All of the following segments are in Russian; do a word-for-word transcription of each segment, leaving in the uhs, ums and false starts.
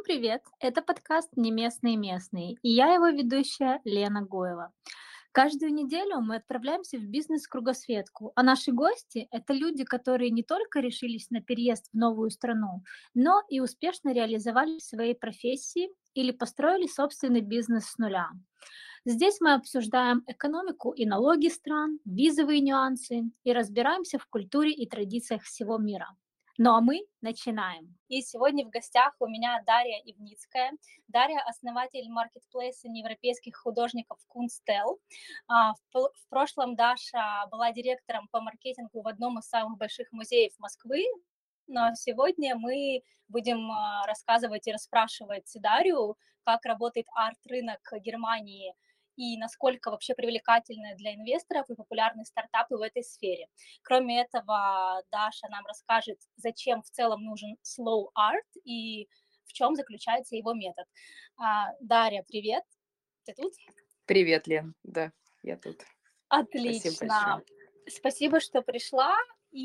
Всем привет! Это подкаст «Не местные местные» и я его ведущая Лена Гоева. Каждую неделю мы отправляемся в бизнес-кругосветку, а наши гости– это люди, которые не только решились на переезд в новую страну, но и успешно реализовали свои профессии или построили собственный бизнес с нуля. Здесь мы обсуждаем экономику и налоги стран, визовые нюансы и разбираемся в культуре и традициях всего мира. Ну а мы начинаем. И сегодня в гостях у меня Дарья Ивницкая. Дарья– основатель маркетплейса неевропейских художников Кунстел. А, В пл- в прошлом Даша была директором по маркетингу в одном из самых больших музеев Москвы. Но сегодня мы будем а, рассказывать и расспрашивать Дарью, как работает арт-рынок Германии и насколько вообще привлекательны для инвесторов и популярны стартапы в этой сфере. Кроме этого, Даша нам расскажет, зачем в целом нужен slow art и в чем заключается его метод. А, Дарья, привет, ты тут? Привет, Лен. Да, я тут. Спасибо Отлично. большое. Спасибо, что пришла.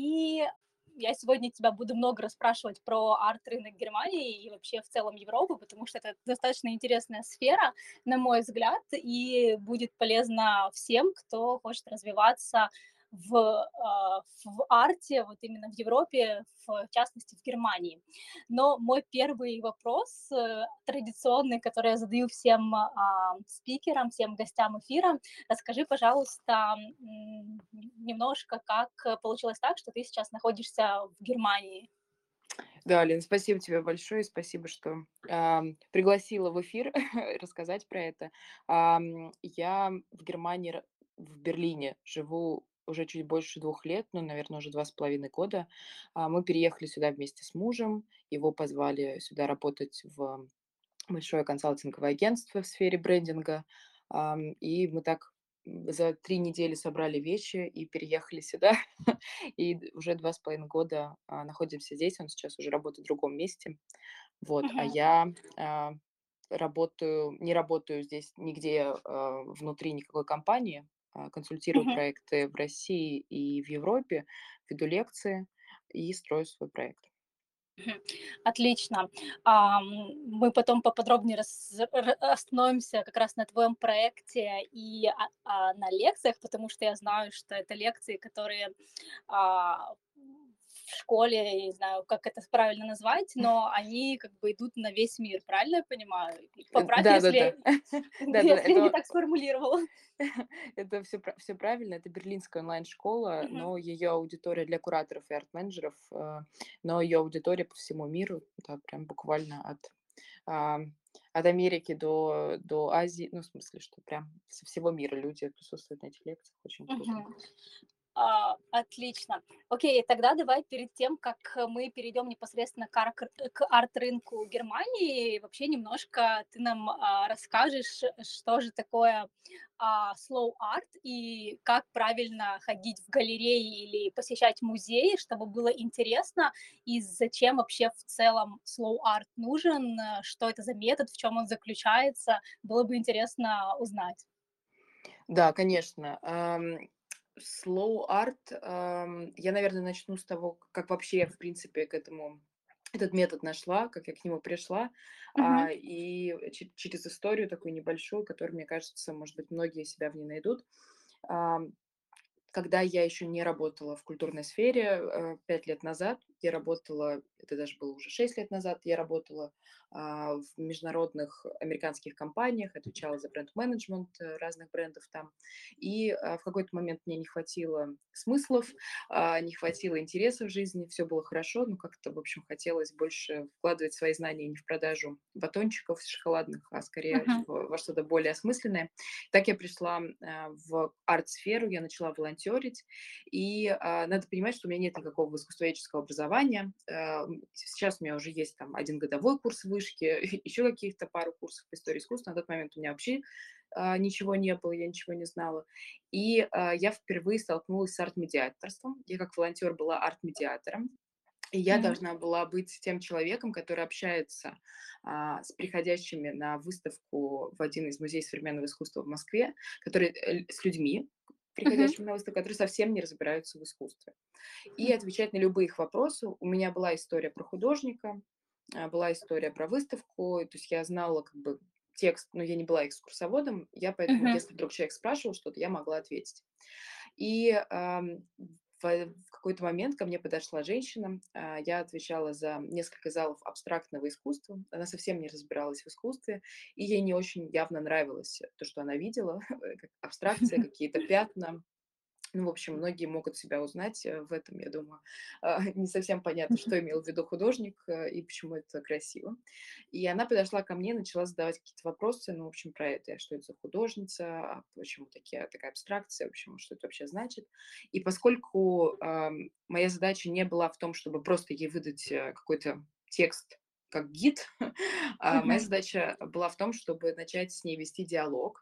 И я сегодня тебя буду много расспрашивать про арт-рынок Германии и вообще в целом Европы, потому что это достаточно интересная сфера, на мой взгляд, и будет полезно всем, кто хочет развиваться в, а, в арте, вот именно в Европе, в частности в Германии. Но мой первый вопрос, э, традиционный, который я задаю всем а, спикерам, всем гостям эфира, расскажи, пожалуйста, м, немножко, как э, получилось так, что ты сейчас находишься в Германии. Да, Лен, спасибо тебе большое. Спасибо, что ам, пригласила в эфир рассказать про это. Ам, я в Германии, р- в Берлине живу уже чуть больше двух лет, ну, наверное, уже два с половиной года. А, Мы переехали сюда вместе с мужем. Его позвали сюда работать в большое консалтинговое агентство в сфере брендинга. Ам, И мы так м, за три недели собрали вещи и переехали сюда. И д- уже два с половиной года а, находимся здесь. Он сейчас уже работает в другом месте. Вот. А Мгм, я а, работаю, не работаю здесь нигде а, внутри никакой компании. а, Консультирую мгм, проекты в России и в Европе, веду лекции и строю свой проект. мгм. Отлично. Ам, Мы потом поподробнее рас- р- остановимся как раз на твоем проекте и а, а, на лекциях, потому что я знаю, что это лекции, которые а, в школе, я не знаю, как это правильно назвать, но они как бы идут на весь мир, правильно я понимаю? И Э, поправь, Да-да-да. если, Да-да, если я не это так сформулировала. Это все, все правильно. Это берлинская онлайн-школа, Мгм, но ее аудитория для кураторов и арт-менеджеров, э, но ее аудитория по всему миру, да, прям буквально от, а, от Америки до, до Азии, ну, в смысле, что прям со всего мира люди присутствуют на этих лекциях. Очень круто. мгм. А, отлично. Окей, тогда давай перед тем, как мы перейдем непосредственно к, арк- к арт-рынку Германии, вообще немножко ты нам а, расскажешь, что же такое а, slow art и как правильно ходить в галереи или посещать музеи, чтобы было интересно, и зачем вообще в целом slow art нужен, э, что это за метод, в чем он заключается, было бы интересно узнать. Да, конечно. ам, Slow art, ам, я, наверное, начну с того, как вообще я, в принципе, к этому этот метод нашла, как я к нему пришла, Мгм, а, и че- через историю такую небольшую, которую, мне кажется, может быть, многие себя в ней найдут. Ам, Когда я еще не работала в культурной сфере, э, пять лет назад, я работала, это даже было уже шесть лет назад, я работала а, в международных американских компаниях, отвечала за бренд-менеджмент э, разных брендов там. И а, в какой-то момент мне не хватило смыслов, а, не хватило интереса в жизни, все было хорошо, но как-то, в общем, хотелось больше вкладывать свои знания не в продажу батончиков шоколадных, а скорее мгм, в- во что-то более осмысленное. Так я пришла а, в арт-сферу, я начала волонтерить, и а, надо понимать, что у меня нет никакого искусствоведческого образования. А, м, Сейчас у меня уже есть там один годовой курс вышки, еще каких-то пару курсов по истории искусства. На тот момент у меня вообще а, ничего не было, я ничего не знала. И а, я впервые столкнулась с арт-медиаторством. Я как волонтер была арт-медиатором. И я мгм, должна была быть тем человеком, который общается а, с приходящими на выставку в один из музеев современного искусства в Москве, который, э, с людьми, мгм, приходящими на выставку, которые совсем не разбираются в искусстве. И отвечать на любые их вопросы. У меня была история про художника, а, была история про выставку, то есть я знала как бы текст, но я не была экскурсоводом, я поэтому, Мгм. если вдруг человек спрашивал что-то, я могла ответить. И, ам, в в какой-то момент ко мне подошла женщина, а, я отвечала за несколько залов абстрактного искусства. Она совсем не разбиралась в искусстве, и ей не очень явно нравилось то, что она видела, как абстракция, какие-то пятна. Ну, в общем, многие могут себя узнать, э, в этом, я думаю. А, не совсем понятно, что имел в виду художник, э, и почему это красиво. И она подошла ко мне, начала задавать какие-то вопросы, ну, в общем, про это, что это за художница, а почему такие, такая абстракция, в общем, что это вообще значит. И поскольку ам, моя задача не была в том, чтобы просто ей выдать э, какой-то текст как гид, а моя Мгм. задача была в том, чтобы начать с ней вести диалог,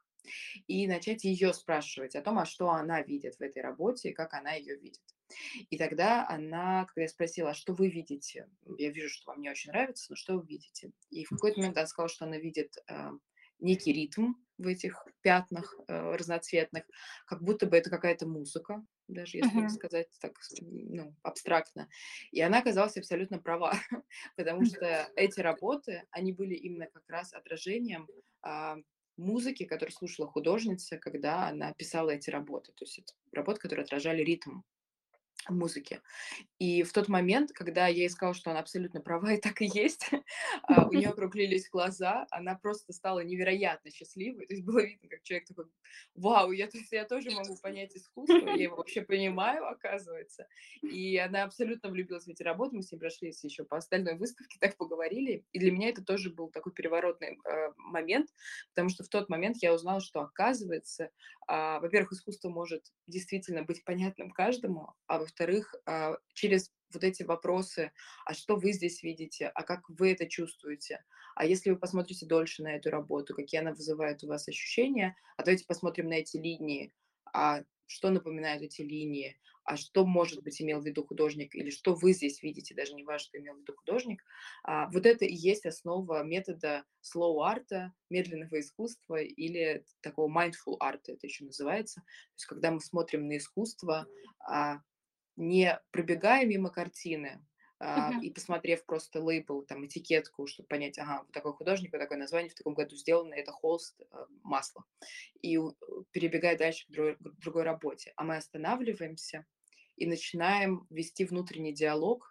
и начать ее спрашивать о том, а что она видит в этой работе и как она ее видит. И тогда она, когда я спросила: "А что вы видите? Я вижу, что вам не очень нравится, но что вы видите?" И в какой-то момент она сказала, что она видит, э, некий ритм в этих пятнах, э, разноцветных, как будто бы это какая-то музыка, даже если Мгм. сказать так, с ну, абстрактно. И она оказалась абсолютно права, потому что эти работы, они были именно как раз отражением, а, музыки, которую слушала художница, когда она писала эти работы. То есть это работы, которые отражали ритм музыки. И в тот момент, когда я ей сказала, что она абсолютно права, и так и есть, а, у нее округлились глаза, она просто стала невероятно счастливой. То есть было видно, как человек такой: "Вау, я, то есть я тоже могу понять искусство, я его вообще понимаю, оказывается". И она абсолютно влюбилась в эти работы. Мы с ней прошлись еще по остальной выставке, так поговорили. И для меня это тоже был такой переворотный, э, момент, потому что в тот момент я узнала, что, оказывается, а, во-первых, искусство может действительно быть понятным каждому, а во-вторых, а, через вот эти вопросы: "А что вы здесь видите? А как вы это чувствуете? А если вы посмотрите дольше на эту работу, какие она вызывает у вас ощущения? А давайте посмотрим на эти линии. А что напоминают эти линии? А что, может быть, имел в виду художник? Или что вы здесь видите? Даже не важно, что имел в виду художник". А, вот это и есть основа метода slow арта, медленного искусства или такого mindful арта, это еще называется. То есть когда мы смотрим на искусство, а, не пробегая мимо картины, а, Мгм. и посмотрев просто лейбл, там, этикетку, чтобы понять: ага, вот такой художник, вот такое название, в таком году сделано, это холст, э, масло. И у- перебегая дальше к дру- к другой работе. А мы останавливаемся и начинаем вести внутренний диалог,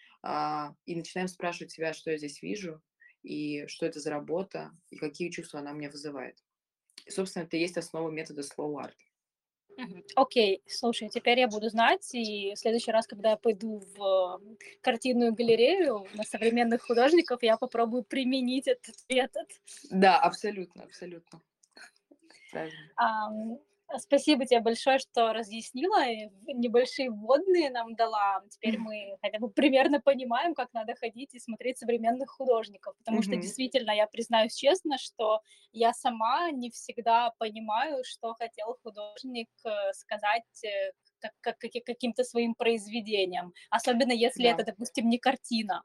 а, и начинаем спрашивать себя, что я здесь вижу, и что это за работа, и какие чувства она у меня вызывает. И, собственно, это и есть основа метода slow art. Мгм. Окей, слушай, теперь я буду знать, и в следующий раз, когда я пойду в м, картинную галерею на современных художников, я попробую применить этот метод. Да, абсолютно, абсолютно. Правильно. Ам, спасибо тебе большое, что разъяснила, и небольшие вводные нам дала. Теперь мы хотя бы примерно понимаем, как надо ходить и смотреть современных художников. Потому что Мгм. действительно, я признаюсь честно, что я сама не всегда понимаю, что хотел художник э, сказать э, как, как- каки- каким-то своим произведением. Особенно если это, Да. допустим, не картина,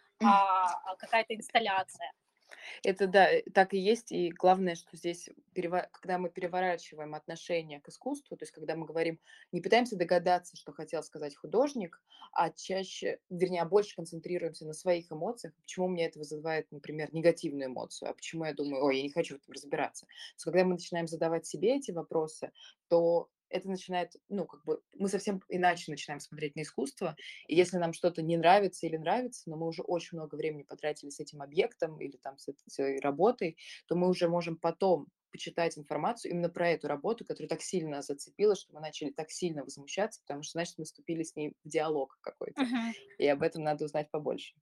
а а какая-то инсталляция. Это да, э, так и есть. И главное, что здесь, перева когда мы переворачиваем отношение к искусству, то есть когда мы говорим, не пытаемся догадаться, что хотел сказать художник, а чаще, вернее, а больше концентрируемся на своих эмоциях. Почему у меня это вызывает, например, негативную эмоцию, а почему я думаю: "Ой, я не хочу в этом разбираться". То есть когда мы начинаем задавать себе эти вопросы, то это начинает, ну, как бы мы совсем иначе начинаем смотреть на искусство. И если нам что-то не нравится или нравится, но мы уже очень много времени потратили с этим объектом или там с этой своей работой, то мы уже можем потом почитать информацию именно про эту работу, которая так сильно нас зацепила, что мы начали так сильно возмущаться, потому что, значит, мы вступили с ней в диалог какой-то. Мгм. И об этом надо узнать побольше.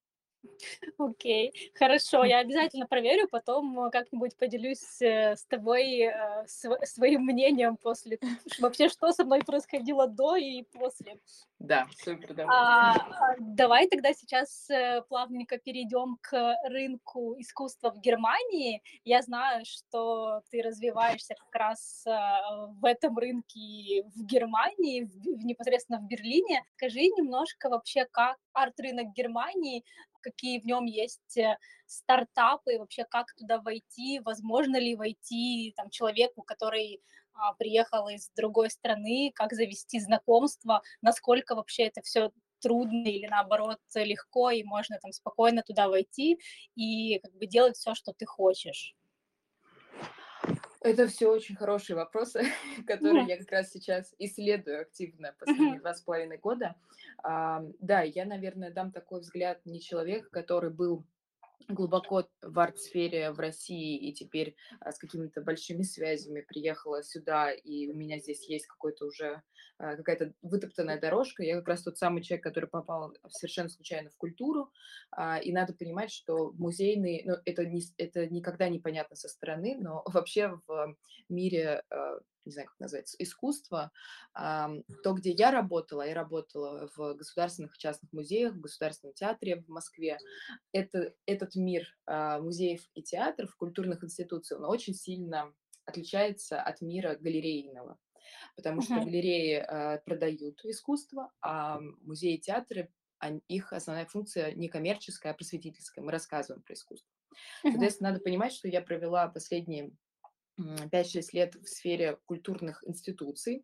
Окей, хорошо, я обязательно проверю, потом э, как-нибудь поделюсь э, с тобой э, св- своим мнением после ш- вообще, что со мной происходило до и после. Да, супер, давай. А, а, давай тогда сейчас э, плавненько перейдем к рынку искусства в Германии. Я знаю, что ты развиваешься как раз э, в этом рынке в Германии, в, в- непосредственно в Берлине. Скажи немножко вообще, как арт-рынок Германии, какие в нем есть э, стартапы, и вообще как туда войти, возможно ли войти там, человеку, который а, приехал из другой страны, как завести знакомство, насколько вообще это все трудно или, наоборот, легко, и можно там спокойно туда войти и как бы делать все, что ты хочешь? Это все очень хорошие вопросы, которые Мгм. я как раз сейчас исследую активно Мгм. последние два с половиной года. Ам, да, я, наверное, дам такой взгляд не человека, который был глубоко в арт-сфере в России и теперь, а, с какими-то большими связями приехала сюда, и у меня здесь есть какой-то уже, а, какая-то вытоптанная дорожка. Я как раз тот самый человек, который попал совершенно случайно в культуру. А, и надо понимать, что музейный, ну, это не с это никогда не понятно со стороны, но вообще в мире, а, не знаю, как назвать, искусства, ам, то, где я работала, я работала в государственных и частных музеях, в Государственном театре в Москве, это, этот мир а, музеев и театров, культурных институций, он очень сильно отличается от мира галерейного, потому что Мгм. галереи а, продают искусство, а музеи и театры, ань- их основная функция не коммерческая, а просветительская. Мы рассказываем про искусство. Мгм. Соответственно, надо понимать, что я провела последние м, пять-шесть лет в сфере культурных институций,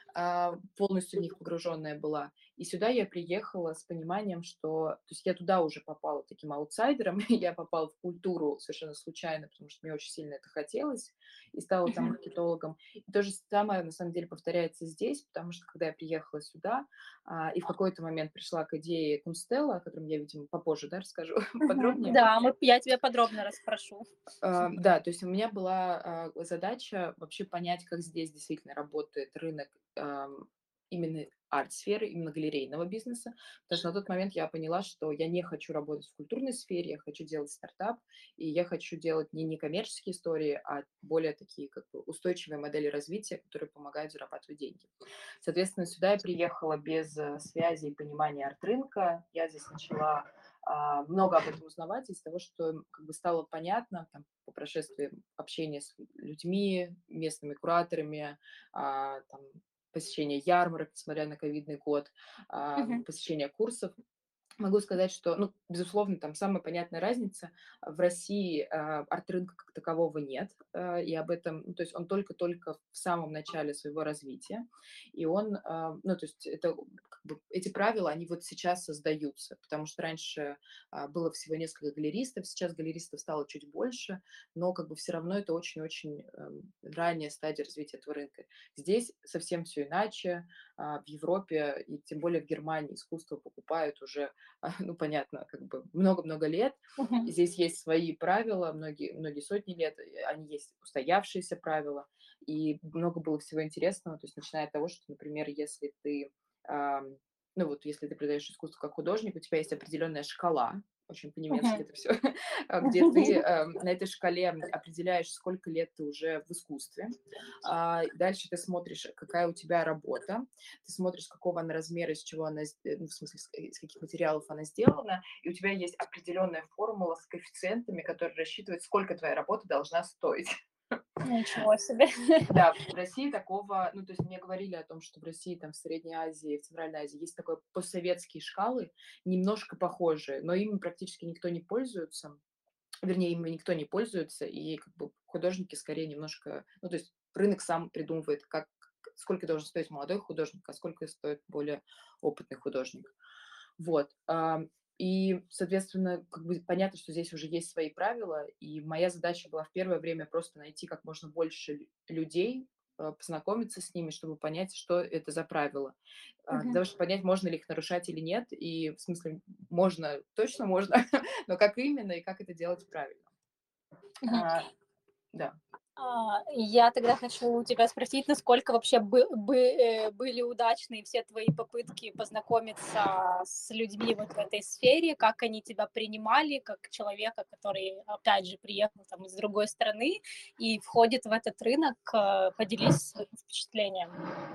а, полностью в них погруженная была. И сюда я приехала с пониманием, что, то есть я туда уже попала таким аутсайдером, я попала в культуру совершенно случайно, потому что мне очень сильно это хотелось, и стала там Мгм. маркетологом. И то же самое, на самом деле, повторяется здесь, потому что, когда я приехала сюда, а, и в какой-то момент пришла к идее Кунстелла, о котором я, видимо, попозже, да, расскажу Мгм. подробнее. Да, мы я тебя подробно расспрошу. А, да, то есть у меня была, а, задача вообще понять, как здесь действительно работает рынок, ам, именно арт-сферы, именно галерейного бизнеса. Потому что на тот момент я поняла, что я не хочу работать в культурной сфере, я хочу делать стартап, и я хочу делать не некоммерческие истории, а более такие как бы устойчивые модели развития, которые помогают зарабатывать деньги. Соответственно, сюда я приехала без, э, связи и понимания арт-рынка. Я здесь начала а, много об этом узнавать из того, что как бы стало понятно там, по прошествии общения с людьми, местными кураторами, а, там, посещение ярмарок, несмотря на ковидный год, а, Мгм. посещение курсов. Могу сказать, что, ну, безусловно, там самая понятная разница. В России а, арт-рынка как такового нет, а, и об этом, ну, то есть он только-только в самом начале своего развития, и он, а, ну, то есть это как бы, эти правила, они вот сейчас создаются, потому что раньше а, было всего несколько галеристов, сейчас галеристов стало чуть больше, но как бы все равно это очень-очень эм, ранняя стадия развития этого рынка. Здесь совсем все иначе. А, в Европе и тем более в Германии искусство покупают уже а, ну, понятно, как бы много-много лет. Мгм. Здесь есть свои правила, многие, многие сотни лет, э, они есть устоявшиеся правила, и много было всего интересного, то есть начиная от того, что, например, если ты, ам, ну вот если ты продаешь искусство как художник, у тебя есть определенная шкала, очень по-немецки Мгм. это все, где ты эм, на этой шкале определяешь, сколько лет ты уже в искусстве. А, Дальше ты смотришь, какая у тебя работа, ты смотришь, какого она размера, из чего она, с- э, ну, в смысле, с- из каких материалов она сделана, и у тебя есть определенная формула с коэффициентами, которая рассчитывает, сколько твоя работа должна стоить. Ничего себе. Да, в России такого, ну, то есть мне говорили о том, что в России, там, в Средней Азии, в Центральной Азии есть такой постсоветские шкалы, немножко похожие, но ими практически никто не пользуется, вернее, ими никто не пользуется, и как бы художники скорее немножко, ну, то есть рынок сам придумывает, как, сколько должен стоить молодой художник, а сколько стоит более опытный художник. Вот. ам, И, соответственно, как бы понятно, что здесь уже есть свои правила, и моя задача была в первое время просто найти как можно больше лю- людей, э, познакомиться с ними, чтобы понять, что это за правила. А, Для Мгм. того, чтобы понять, можно ли их нарушать или нет, и в смысле, можно, точно можно, но как именно и как это делать правильно. Мгм. А, Да. А, я тогда хочу у тебя спросить, насколько вообще бы, бы, э, были удачны все твои попытки познакомиться с людьми вот в этой сфере, как они тебя принимали, как человека, который, опять же, приехал там из другой страны и входит в этот рынок, э, поделись своим впечатлением.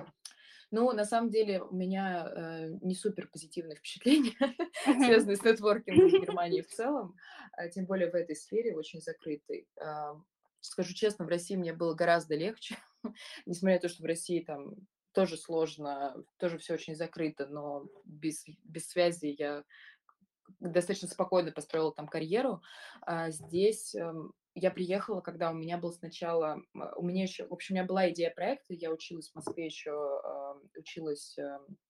Ну, на самом деле, у меня э, не супер позитивные впечатления, Мгм. связанные с нетворкингом в Германии в целом, а, тем более в этой сфере очень закрытой. А, Скажу честно, в России мне было гораздо легче, несмотря на то, что в России там тоже сложно, тоже все очень закрыто, но без, без связи я достаточно спокойно построила там карьеру. А здесь, эм, я приехала, когда у меня был сначала, м, у меня еще, в общем, у меня была идея проекта, я училась в Москве еще, эм, училась, эм,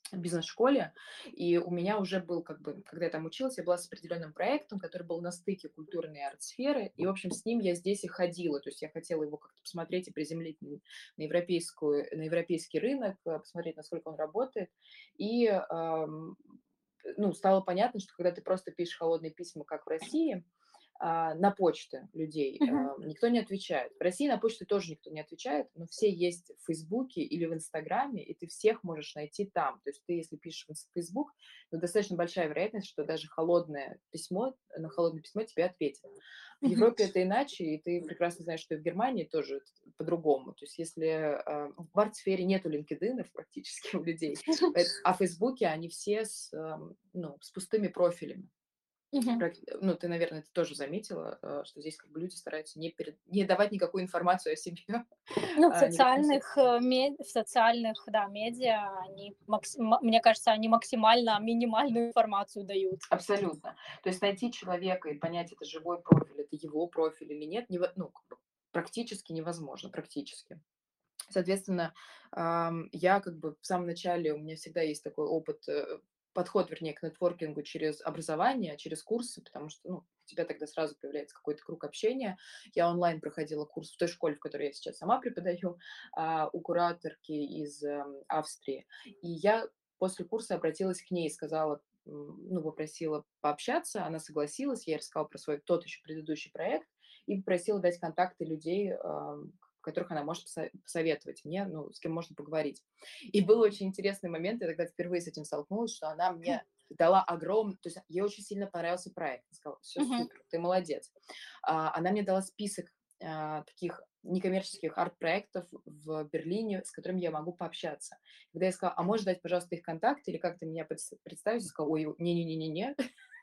бизнес-школе, и у меня уже был, как бы, когда я там училась, я была с определенным проектом, который был на стыке культурной и арт-сферы, и, в общем, с ним я здесь и ходила, то есть я хотела его как-то посмотреть и приземлить на на европейскую, на европейский рынок, э, посмотреть, насколько он работает, и, ам, ну, стало понятно, что когда ты просто пишешь холодные письма, как в России, а, на почты людей, Мгм. а, никто не отвечает. В России на почту тоже никто не отвечает, но все есть в Фейсбуке или в Инстаграме, и ты всех можешь найти там. То есть ты, если пишешь в Инс- Фейсбук, ну, достаточно большая вероятность, что даже холодное письмо, на холодное письмо тебе ответят. В Мгм. Европе это иначе, и ты прекрасно знаешь, что и в Германии тоже это по-другому. То есть если а, в арт-сфере нету линкединов практически у людей, поэт- а в Фейсбуке они все с, ам, ну, с пустыми профилями. Мгм. Прак ну, ты, наверное, это тоже заметила, э, что здесь как бы люди стараются не перед не давать никакую информацию о себе, Ну, в а, ни в каком случае. социальных, э, ме в социальных, да, медиа они макси ма мне кажется, они максимально минимальную информацию дают. Абсолютно. То есть найти человека и понять, это живой профиль, это его профиль или нет, нево ну, как бы практически невозможно, практически. Соответственно, ам, я как бы в самом начале, у меня всегда есть такой опыт, э, подход, вернее, к нетворкингу через образование, через курсы, потому что, ну, у тебя тогда сразу появляется какой-то круг общения. Я онлайн проходила курс в той школе, в которой я сейчас сама преподаю, а, у кураторки из эм, Австрии. И я после курса обратилась к ней и сказала, м, ну, попросила пообщаться, она согласилась, я ей рассказала про свой тот еще предыдущий проект и попросила дать контакты людей, ам, которых она может посо посоветовать мне, ну, с кем можно поговорить. И был очень интересный момент, я тогда впервые с этим столкнулась, что она мне дала огромный, то есть ей очень сильно понравился проект. Она сказала: "Всё Мгм. супер, ты молодец". А, она мне дала список, а, таких некоммерческих арт-проектов в Берлине, с которыми я могу пообщаться. Когда я сказала: "А можешь дать, пожалуйста, их контакты или как-то меня предс представить?" Она сказала: "Ой, не не не не не,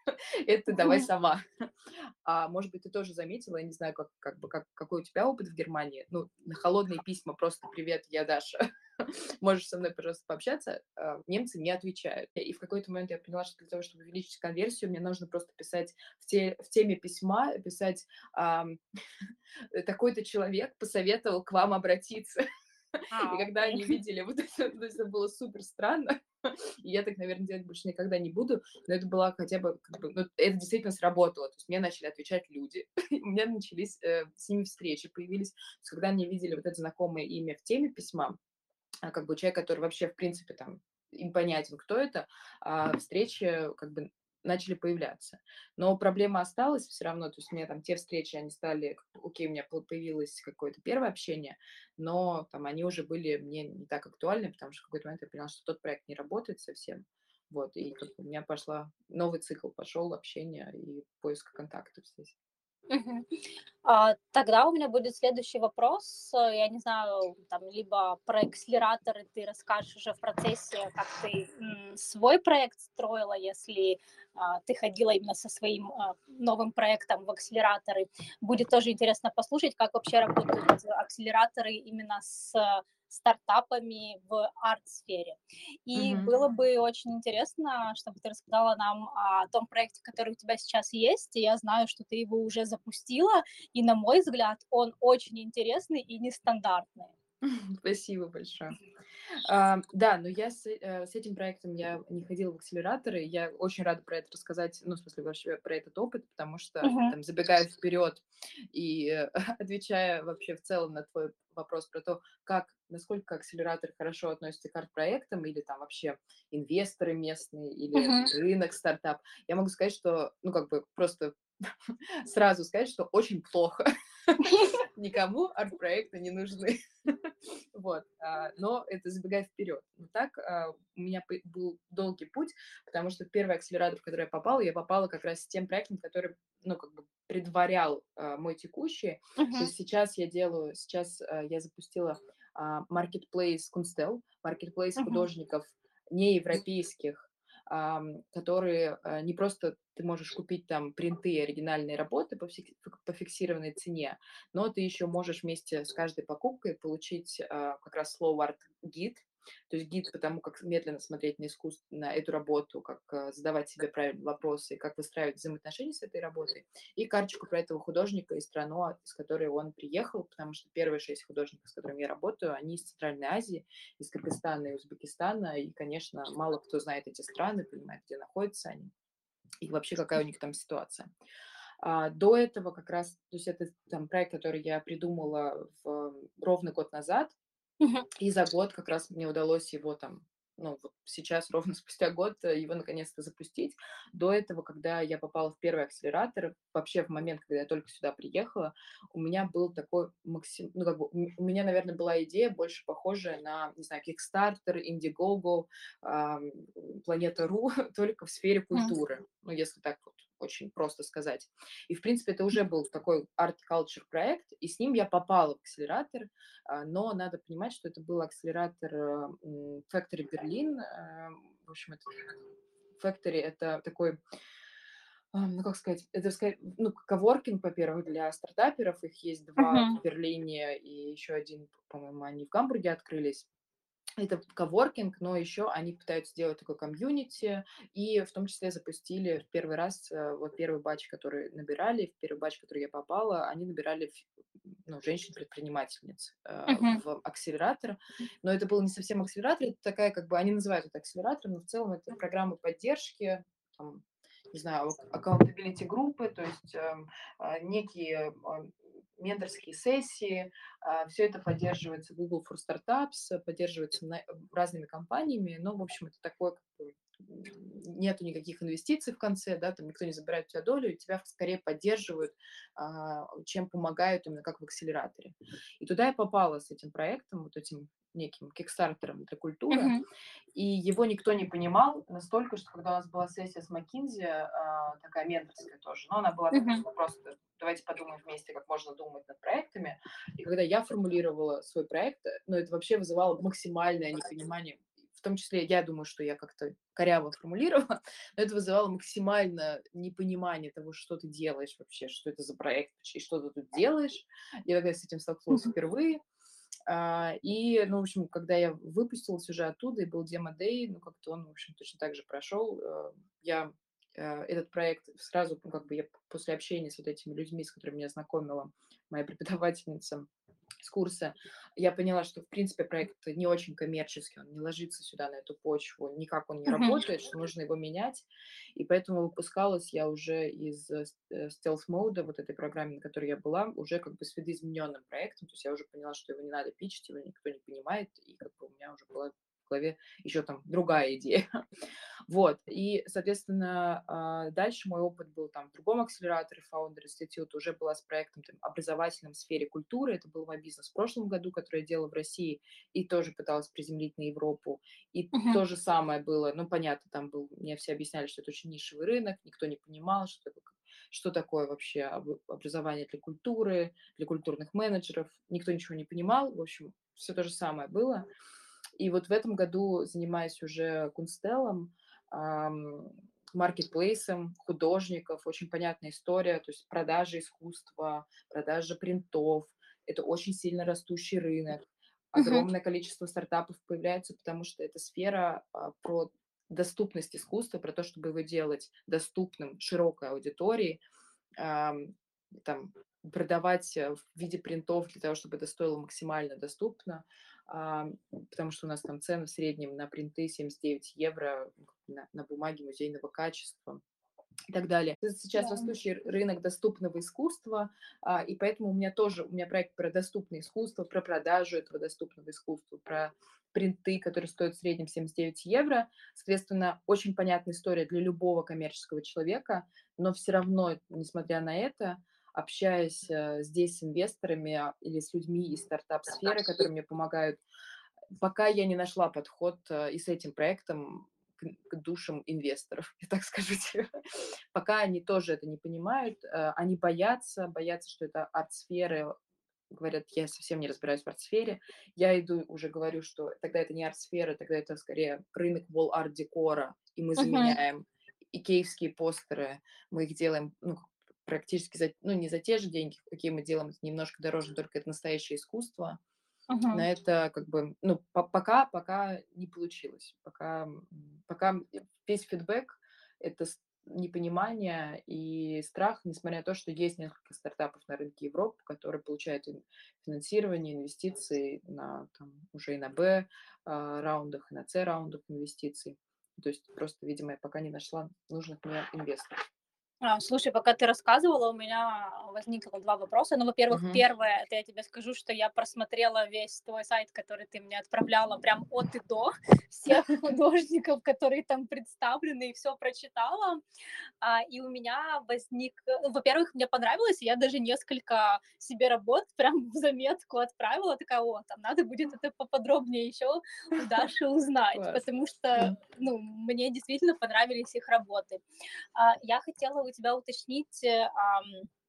это давай сама". А может быть, ты тоже заметила, я не знаю, как, как бы, как, какой у тебя опыт в Германии, ну, на холодные письма просто «Привет, я Даша, можешь со мной, пожалуйста, пообщаться?» а, немцы не отвечают. И в какой-то момент я поняла, что для того, чтобы увеличить конверсию, мне нужно просто писать в, те, в теме письма, писать ам, «Такой-то человек посоветовал к вам обратиться». И А, когда окей. они видели вот это, то есть это было супер странно. И я так, наверное, делать больше никогда не буду, но это была хотя бы, как бы, ну, это действительно сработало. То есть мне начали отвечать люди, у меня начались э, с ними встречи, появились. То есть когда они видели вот это знакомое имя в теме письма, а, как бы человек, который вообще, в принципе, там, им понятен, кто это, а встречи как бы начали появляться. Но проблема осталась все равно, то есть у меня там те встречи, они стали, окей, у меня по- появилось какое-то первое общение, но там они уже были мне не так актуальны, потому что в какой-то момент я поняла, что тот проект не работает совсем. Вот, и как бы у меня пошла, новый цикл пошел общения и поиска контактов здесь. Мгм. А, тогда у меня будет следующий вопрос. Э, Я не знаю, там, либо про акселераторы ты расскажешь уже в процессе, как ты м, свой проект строила, если а, ты ходила именно со своим а, новым проектом в акселераторы. Будет тоже интересно послушать, как вообще работают акселераторы именно с а, стартапами в арт-сфере. И Мгм. было бы очень интересно, чтобы ты рассказала нам о том проекте, который у тебя сейчас есть. И я знаю, что ты его уже запустила, и, на мой взгляд, он очень интересный и нестандартный. Спасибо большое. А, да, но я с, э, с этим проектом я не ходила в акселераторы. Я очень рада про это рассказать, ну, в смысле, вообще про этот опыт, потому что, Мгм. там, забегая вперед и э, отвечая вообще в целом на твой вопрос про то, как, насколько акселераторы хорошо относятся к арт-проектам или там вообще инвесторы местные или Мгм. рынок стартап, я могу сказать, что, ну, как бы просто сразу сказать, что очень плохо. Никому арт-проекты не нужны. Вот, а, но это забегая вперед. Но так а, у меня п- был долгий путь, потому что первый акселератор, в который я попала, я попала как раз с тем проектом, который, ну, как бы предварял а, мой текущий. То Мгм. есть сейчас я делаю, сейчас а, я запустила а, marketplace Kunstel, marketplace Мгм. художников неевропейских, ам, которые а, не просто ты можешь купить там принты и оригинальные работы по, фик- по фиксированной цене, но ты еще можешь вместе с каждой покупкой получить а, как раз слово арт-гид, То есть гид по тому, как медленно смотреть на искусство, на эту работу, как э, задавать себе правильные вопросы, как выстраивать взаимоотношения с этой работой, и карточку про этого художника и страну, из которой он приехал, потому что первые шесть художников, с которыми я работаю, они из Центральной Азии, из Кыргызстана и Узбекистана, и, конечно, мало кто знает эти страны, понимает, где находятся они, и вообще какая у них там ситуация. А, до этого как раз, то есть это там проект, который я придумала в, ровно год назад, Мгм. и за год как раз мне удалось его там, ну, вот сейчас, ровно спустя год, э, его наконец-то запустить. До этого, когда я попала в первый акселератор, вообще в момент, когда я только сюда приехала, у меня был такой максим... Ну, как бы, у у меня, наверное, была идея больше похожая на, не знаю, Kickstarter, Indiegogo, ам, Планета.ру, только в сфере Мгм. культуры. Ну, если так вот очень просто сказать. И, в принципе, это уже был такой арт-калчер проект, и с ним я попала в акселератор, а, но надо понимать, что это был акселератор э, м, Factory Berlin. э, В общем, это Factory — это такой, а, ну, как сказать, это, сказать, ну, коворкинг, во-первых, для стартаперов. Их есть два Мгм. в Берлине и еще один, по-моему, они в Гамбурге открылись. Это коворкинг, но еще они пытаются сделать такой комьюнити, и в том числе запустили в первый раз, э, вот первый батч, который набирали, в первый батч, в который я попала, они набирали ф- ну, женщин-предпринимательниц э, Мгм. в акселератор. Но это был не совсем акселератор, это такая, как бы, они называют это акселератором, но в целом это программы поддержки, там, не знаю, accountability группы, то есть эм, а, некие а, менторские сессии. Все это поддерживается Google for Startups, поддерживается на- разными компаниями, но, в общем, это такое, как бы, м, нету никаких инвестиций в конце, да, там никто не забирает у тебя долю, и тебя скорее поддерживают, а, чем помогают именно как в акселераторе. И туда я попала с этим проектом, вот этим неким кикстартером для культуры, Мгм. и его никто не понимал настолько, что когда у нас была сессия с McKinsey, а, такая менторская тоже, но она была такая, Мгм. ну, просто давайте подумаем вместе, как можно думать над проектами. И когда я формулировала свой проект, э, ну, это вообще вызывало максимальное непонимание. В том числе, я думаю, что я как-то коряво формулировала, но это вызывало максимально непонимание того, что ты делаешь вообще, что это за проект, и что ты тут делаешь. Я тогда с этим столкнулась Мгм. впервые. А, и, ну, в общем, когда я выпустилась уже оттуда, и был демо-дэй, ну, как-то он, в общем, точно так же прошел. Э, Я э, этот проект сразу, ну, как бы я после общения с вот этими людьми, с которыми меня знакомила моя преподавательница с курса, я поняла, что, в принципе, проект не очень коммерческий, он не ложится сюда, на эту почву, никак он не Мгм. работает, что нужно его менять. И поэтому выпускалась я уже из э, с- э, стелс-мода, вот этой программе, на которой я была, уже как бы с видоизмененным проектом. То есть я уже поняла, что его не надо пичить, его никто не понимает, и как бы у меня уже была в голове еще там другая идея. Вот, и, соответственно, а, дальше мой опыт был там в другом акселераторе Founder Institute, уже была с проектом там, образовательном в сфере культуры. Это был мой бизнес в прошлом году, который я делала в России, и тоже пыталась приземлить на Европу. И Мгм. то же самое было, ну, понятно, там был, мне все объясняли, что это очень нишевый рынок, никто не понимал, что, это, что такое вообще об- образование для культуры, для культурных менеджеров. Никто ничего не понимал, в общем, все то же самое было. И вот в этом году занимаюсь уже Кунстеллом, ам, маркетплейсом художников. Очень понятная история, то есть продажа искусства, продажа принтов. Это очень сильно растущий рынок. Мгм. Огромное количество стартапов появляется, потому что эта сфера а, про доступность искусства, про то, чтобы его делать доступным широкой аудитории, ам, там, продавать э, в виде принтов для того, чтобы это стоило максимально доступно, а, потому что у нас там цены в среднем на принты семьдесят девять евро ну, как бы на, на бумаге музейного качества и так далее. Это сейчас Да. растущий рынок доступного искусства, а, и поэтому у меня тоже, у меня проект про доступное искусство, про продажу этого доступного искусства, про принты, которые стоят в среднем семьдесят девять евро. Соответственно, очень понятная история для любого коммерческого человека, но все равно, несмотря на это, общаясь э, здесь с инвесторами а, или с людьми из стартап-сферы, которые мне помогают, пока я не нашла подход э, и с этим проектом к, к душам инвесторов, я так скажу тебе. Пока они тоже это не понимают, э, они боятся, боятся, что это арт-сферы, говорят, я совсем не разбираюсь в арт-сфере. Я иду, уже говорю, что тогда это не арт-сфера, тогда это скорее рынок wall-арт-декора, и мы Мгм. заменяем икеевские постеры, мы их делаем, ну, практически за, ну, не за те же деньги, какие мы делаем, это немножко дороже, только это настоящее искусство. Мгм. На это как бы, ну, по пока пока не получилось. Пока, м, пока весь фидбэк — это с непонимание и страх, несмотря на то, что есть несколько стартапов на рынке Европы, которые получают ин финансирование, инвестиции на там уже и на Б, а, раундах, и на С раундах инвестиций. То есть просто, видимо, я пока не нашла нужных мне инвесторов. А, слушай, пока ты рассказывала, у меня возникло два вопроса. Ну, во-первых, Мгм. первое, это я тебе скажу, что я просмотрела весь твой сайт, который ты мне отправляла, прям от и до, всех художников, которые там представлены, и все прочитала. А, и у меня возник... э, Во-первых, мне понравилось, и я даже несколько себе работ прям в заметку отправила, такая, о, там надо будет это поподробнее еще у Даши узнать, Класс. потому что, Мгм. ну, мне действительно понравились их работы. А, я хотела у тебя уточнить, э, ам,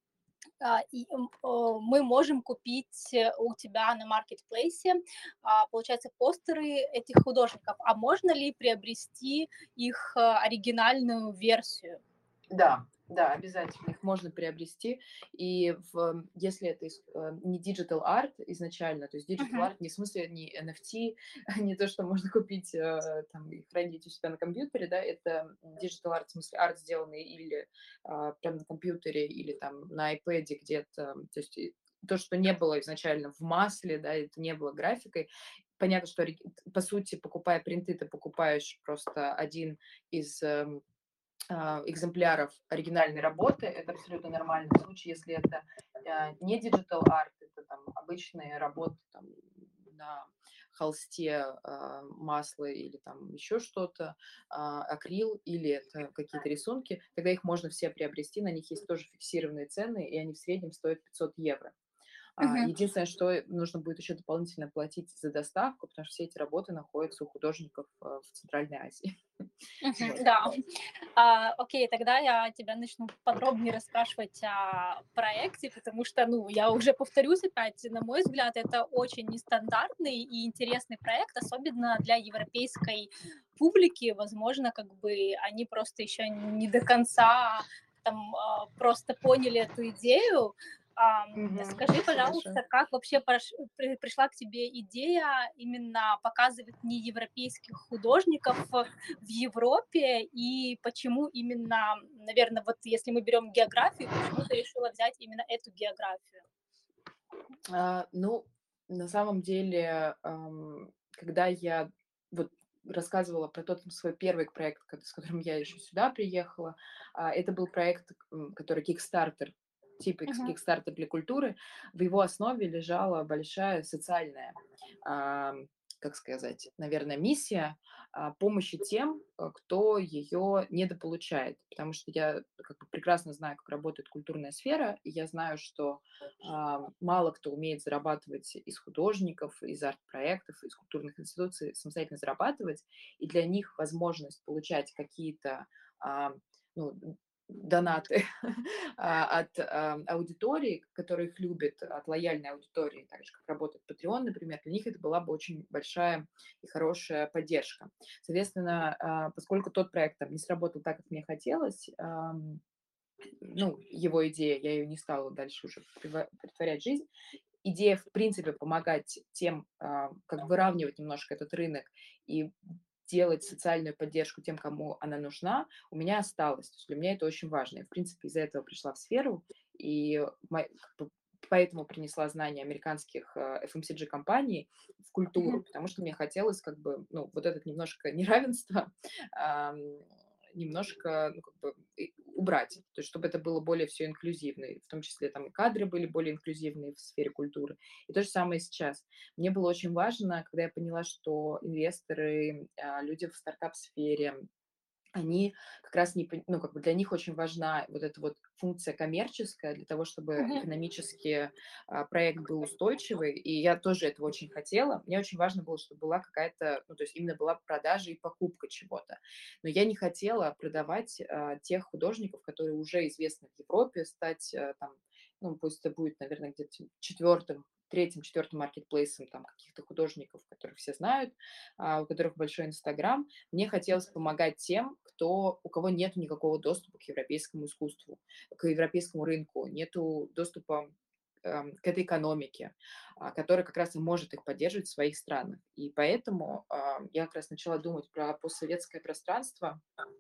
а, и, м, о, мы можем купить э, у тебя на маркетплейсе, а, получается, постеры этих художников, а можно ли приобрести их э, оригинальную версию? Да, да, обязательно их можно приобрести. И в если это ис э, не digital art изначально, то есть digital Мгм, art не в смысле не Н Эф Ти, не то, что можно купить, э, там и хранить у себя на компьютере, да, это digital art, в смысле арт, сделанный или, а, прям на компьютере, или там на айпэде где-то. То есть и то, что не было изначально в масле, да, это не было графикой. Понятно, что ори по сути, покупая принты, ты покупаешь просто один из, эм а, экземпляров оригинальной работы. Это абсолютно нормально. В случае, если это а, не digital art, это там обычные работы там, на холсте, а, масло или там еще что-то, а, акрил или это какие-то рисунки, тогда их можно все приобрести, на них есть тоже фиксированные цены, и они в среднем стоят пятьсот евро. А, мгм. единственное, что нужно будет еще дополнительно платить за доставку, потому что все эти работы находятся у художников а, в Центральной Азии. Мгм, Вот. да. А, окей, тогда я тебя начну подробнее расспрашивать о проекте, потому что, ну, я уже повторюсь опять, на мой взгляд, это очень нестандартный и интересный проект, особенно для европейской публики. Возможно, как бы они просто еще не до конца там а, просто поняли эту идею. Ам, Мгм. скажи, Спасибо большое. пожалуйста, как вообще прош- при- пришла к тебе идея именно показывать не европейских художников в Европе, и почему именно, наверное, вот если мы берем географию, почему ты решила взять именно эту географию? А, ну, на самом деле, ам, когда я вот рассказывала про тот свой первый проект, ко с которым я еще сюда приехала, а, это был проект, м, который "Кикстартер", типа икс Мгм, "Кикстартер" для культуры. В его основе лежала большая социальная, ам, как сказать, наверное, миссия, а, помощи тем, э, кто ее недополучает. Потому что я как бы прекрасно знаю, как работает культурная сфера, и я знаю, что а, мало кто умеет зарабатывать из художников, из арт-проектов, из культурных институций, самостоятельно зарабатывать, и для них возможность получать какие-то а, ну, донаты а, от а, аудитории, которая их любит, от лояльной аудитории, так же, как работает Patreon, например, для них это была бы очень большая и хорошая поддержка. Соответственно, а, поскольку тот проект там не сработал так, как мне хотелось, ам, ну, его идея, я ее не стала дальше уже прива- претворять в жизнь. Идея, в принципе, помогать тем, а, как выравнивать немножко этот рынок и делать социальную поддержку тем, кому она нужна, у меня осталась. То есть для меня это очень важно. Я, в принципе, из-за этого пришла в сферу, и мо- как бы поэтому принесла знания американских а, Эф Эм Си Джи-компаний в мгм, культуру, потому что мне хотелось как бы, ну, вот этот немножко неравенство ам, немножко, ну, как бы и убрать, то есть чтобы это было более все инклюзивно, и в том числе там и кадры были более инклюзивные в сфере культуры. И то же самое сейчас. Мне было очень важно, когда я поняла, что инвесторы, а, люди в стартап-сфере, они как раз не, пон- ну, как бы для них очень важна вот эта вот функция коммерческая для того, чтобы мгм, экономически а, проект был устойчивый, и я тоже этого очень хотела. Мне очень важно было, чтобы была какая-то, ну, то есть именно была продажа и покупка чего-то. Но я не хотела продавать а, тех художников, которые уже известны в Европе, стать а, там, ну, пусть это будет, наверное, где-то четвертым, третьим, четвертым маркетплейсом там каких-то художников, которых все знают, а, у которых большой Инстаграм. Мне хотелось помогать тем, кто, у кого нет никакого доступа к европейскому искусству, к европейскому рынку, нету доступа эм, к этой экономике, а, которая как раз и может их поддерживать в своих странах. И поэтому а, я как раз начала думать про постсоветское пространство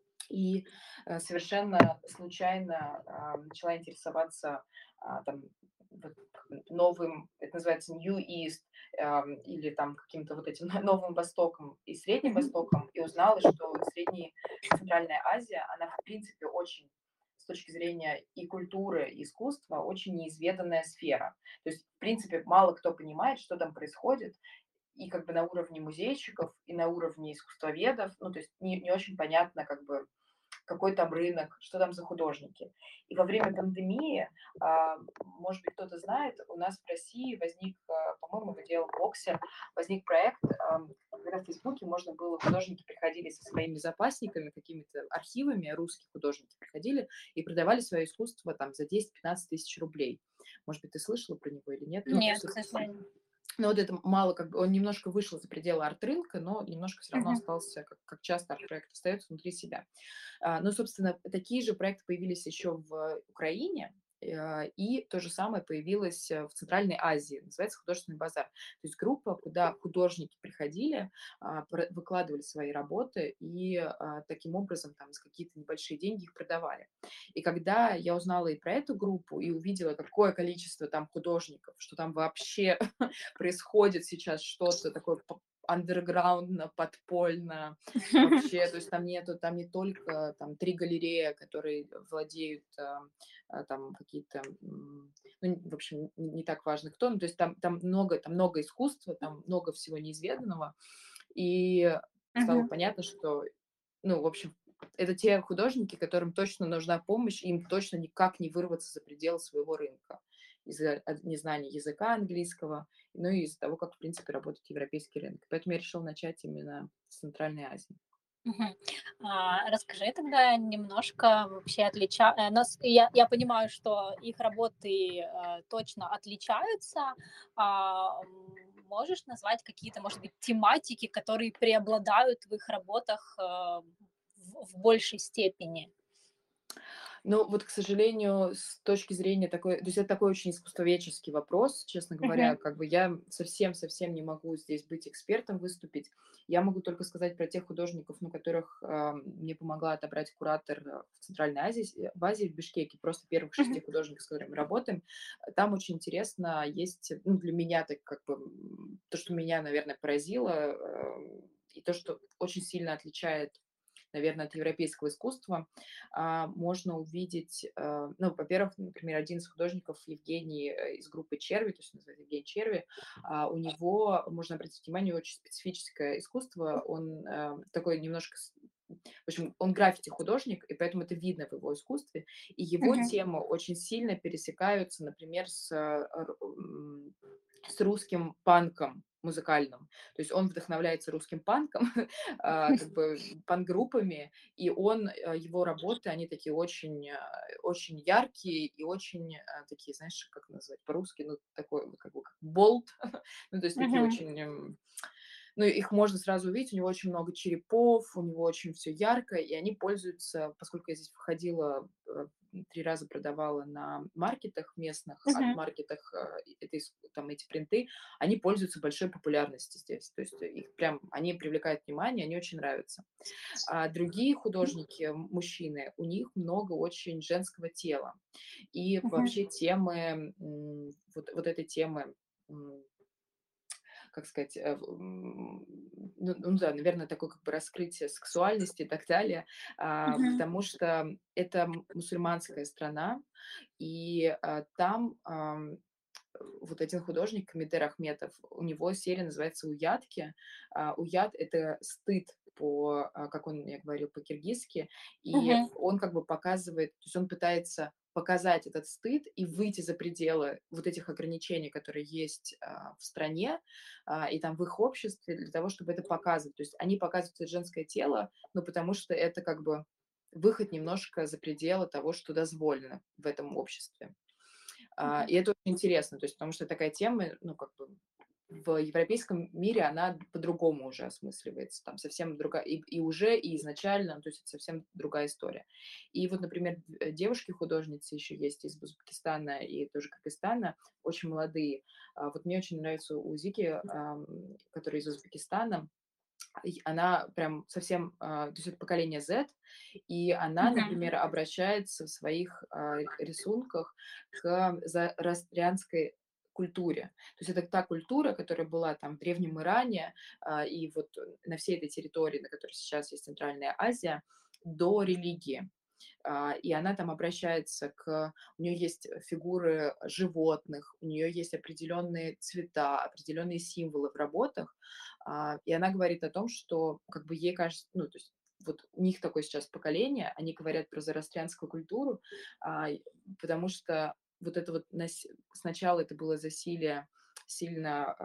и э, совершенно случайно а, начала интересоваться а, там, вот, новым, это называется New East, ам, или там каким-то вот этим Новым Востоком и Средним Мгм. Востоком, и узнала, что Средняя и Центральная Азия, она в принципе очень с точки зрения и культуры, и искусства, очень неизведанная сфера. То есть, в принципе, мало кто понимает, что там происходит, и как бы на уровне музейщиков, и на уровне искусствоведов, ну, то есть не, не очень понятно, как бы, какой там рынок, что там за художники. И во время пандемии, а, может быть, кто-то знает, у нас в России возник, а, по-моему, его делал Боксер, возник проект, а, когда в Фейсбуке можно было, художники приходили со своими запасниками, какими-то архивами, русские художники приходили и продавали свое искусство там за десять-пятнадцать тысяч рублей. Может быть, ты слышала про него или нет? Ну, то Нет, есть к это сожалению. но вот это мало как бы он немножко вышел за пределы арт-рынка, но немножко все равно Мгм. остался, как как часто арт-проект остается внутри себя. А, ну, собственно, такие же проекты появились еще в Украине, э, и то же самое появилось э, в Центральной Азии. Называется «Художественный базар». То есть группа, куда художники приходили, а, пр выкладывали свои работы и, а, таким образом там за какие-то небольшие деньги их продавали. И когда я узнала и про эту группу, и увидела, какое количество там художников, что там вообще происходит сейчас что-то такое п андерграундно, подпольно, вообще. То есть там нету, там не только там три галереи, которые владеют, а, а, там какие-то, м, ну, в общем, не не так важно кто. Ну, то есть там там много там много искусства, там много всего неизведанного. И стало Мгм. понятно, что, ну, в общем, это те художники, которым точно нужна помощь, им точно никак не вырваться за пределы своего рынка из-за от незнания языка английского, ну и из-за того, как, в принципе, работает европейский рынок. Поэтому я решила начать именно с Центральной Азии. Мгм. А, расскажи тогда немножко вообще отлича э, нас я я понимаю, что их работы, э, точно отличаются. А, м, можешь назвать какие-то, может быть, тематики, которые преобладают в их работах, э, в в большей степени? Ну, вот, к сожалению, с точки зрения такой, то есть это такой очень искусствоведческий вопрос, честно говоря, Мгм. как бы я совсем-совсем не могу здесь быть экспертом, выступить. Я могу только сказать про тех художников, ну, которых а, мне помогла отобрать куратор э, в Центральной Азии, с- э, в Азии, в Бишкеке, просто первых шести Мгм. художников, с которыми работаем. Там очень интересно есть, ну, для меня, так как бы, м, то, что меня, наверное, поразило, э, и то, что очень сильно отличает, наверное, от европейского искусства, а, можно увидеть, э, ну, во-первых, например, один из художников, Евгений, э, из группы «Черви», то есть он называется Евгений Черви, а, у него, можно обратить внимание, очень специфическое искусство, он э, такой немножко, с- в общем, он граффити-художник, и поэтому это видно в его искусстве, и его Мгм. темы очень сильно пересекаются, например, с, э, р- м, с русским панком музыкальным. То есть он вдохновляется русским панком, а, как бы панк-группами, и он, э, его работы, они такие очень, э, очень яркие и очень, э, такие, знаешь, как назвать по-русски, ну, такой вот как бы как болт, ну, то есть такие Мгм. очень, м, ну, их можно сразу увидеть, у него очень много черепов, у него очень все ярко, и они пользуются, поскольку я здесь входила, э, три раза продавала на маркетах местных, Мгм. арт-маркетах, э, и это ис там эти принты, они пользуются большой популярностью здесь. То есть их прям они привлекают внимание, они очень нравятся. А другие художники, м, мужчины, у них много очень женского тела. И Мгм. вообще темы, м, вот вот этой темы, м, как сказать, э, в м, ну ну да, наверное, такое как бы раскрытие сексуальности и так далее. А, Мгм. потому что это м мусульманская страна, и, а, там, ам, вот один художник, Камидер Ахметов, у него серия называется «Уятки». А, уят — это стыд по, а, как он мне говорил, по-киргизски. И Мгм. он как бы показывает, то есть он пытается показать этот стыд и выйти за пределы вот этих ограничений, которые есть, а, в стране, а, и там в их обществе, для того, чтобы это показывать. То есть они показывают это женское тело, ну, потому что это как бы выход немножко за пределы того, что дозволено в этом обществе. А, Мгм. и это очень интересно, то есть потому что такая тема, ну, как бы в европейском мире она по-другому уже осмысливается, там совсем другая, и, и уже, и изначально, то есть это совсем другая история. И вот, например, д- девушки-художницы еще есть из Узбекистана и тоже Кыргызстана, очень молодые. А, Вот мне очень нравится у Зики, ам, которая из Узбекистана, и она прям совсем, а, то есть это поколение Z, и она, Мгм. например, обращается в своих а, рисунках к зороастрянской культуре. То есть это та культура, которая была там в Древнем Иране, а, и вот на всей этой территории, на которой сейчас есть Центральная Азия, до религии. А, и она там обращается к... У нее есть фигуры животных, у нее есть определенные цвета, определенные символы в работах, а, и она говорит о том, что как бы ей кажется, ну, то есть вот у них такое сейчас поколение, они говорят про зороастрянскую культуру, а, и- потому что вот это вот нас- сначала это было засилие сильно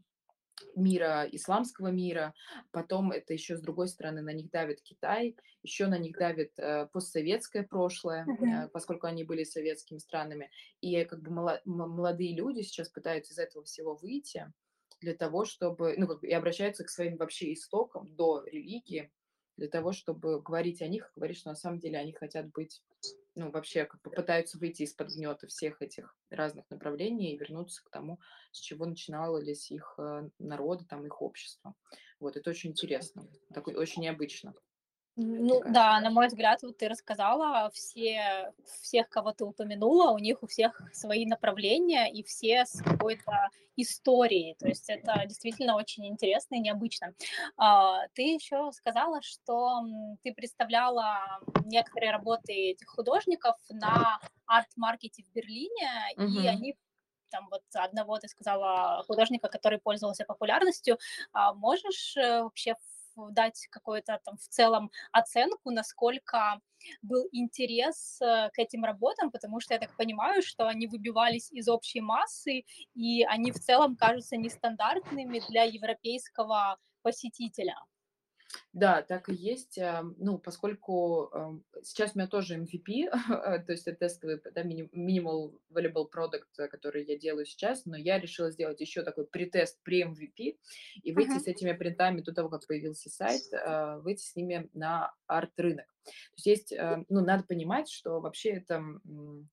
мира, исламского мира, потом это еще с другой стороны на них давит Китай, еще на них давит э, постсоветское прошлое, э, Мгм. поскольку они были советскими странами, и как бы мало- м- молодые люди сейчас пытаются из этого всего выйти для того, чтобы, ну, как бы, и обращаются к своим вообще истокам до религии, для того, чтобы говорить о них, говорить, что на самом деле они хотят быть, ну, вообще, как бы пытаются выйти из-под гнета всех этих разных направлений и вернуться к тому, с чего начиналось их э, народы, там, их общество. Вот, это очень интересно, такой, очень необычно, как мне Ну кажется. да, на мой взгляд, вот ты рассказала, все, всех, кого ты упомянула, у них у всех свои направления и все с какой-то историей. То есть это действительно очень интересно и необычно. А, Ты еще сказала, что м, ты представляла некоторые работы этих художников на арт-маркете в Берлине, и Мгм. они там вот одного ты сказала художника, который пользовался популярностью. А можешь э, вообще в- дать какой-то там в целом оценку, насколько был интерес э, к этим работам, потому что я так понимаю, что они выбивались из общей массы, и они в целом кажутся нестандартными для европейского посетителя. Да, так и есть. А, Ну, поскольку ам, сейчас у меня тоже эм ви пи, то есть это тестовый, да, мини- minimal valuable product, э, который я делаю сейчас, но я решила сделать еще такой претест при эм ви пи и выйти Мгм. с этими принтами до того, как появился сайт, а, выйти с ними на арт-рынок. То есть есть, э, ну, надо понимать, что вообще это м,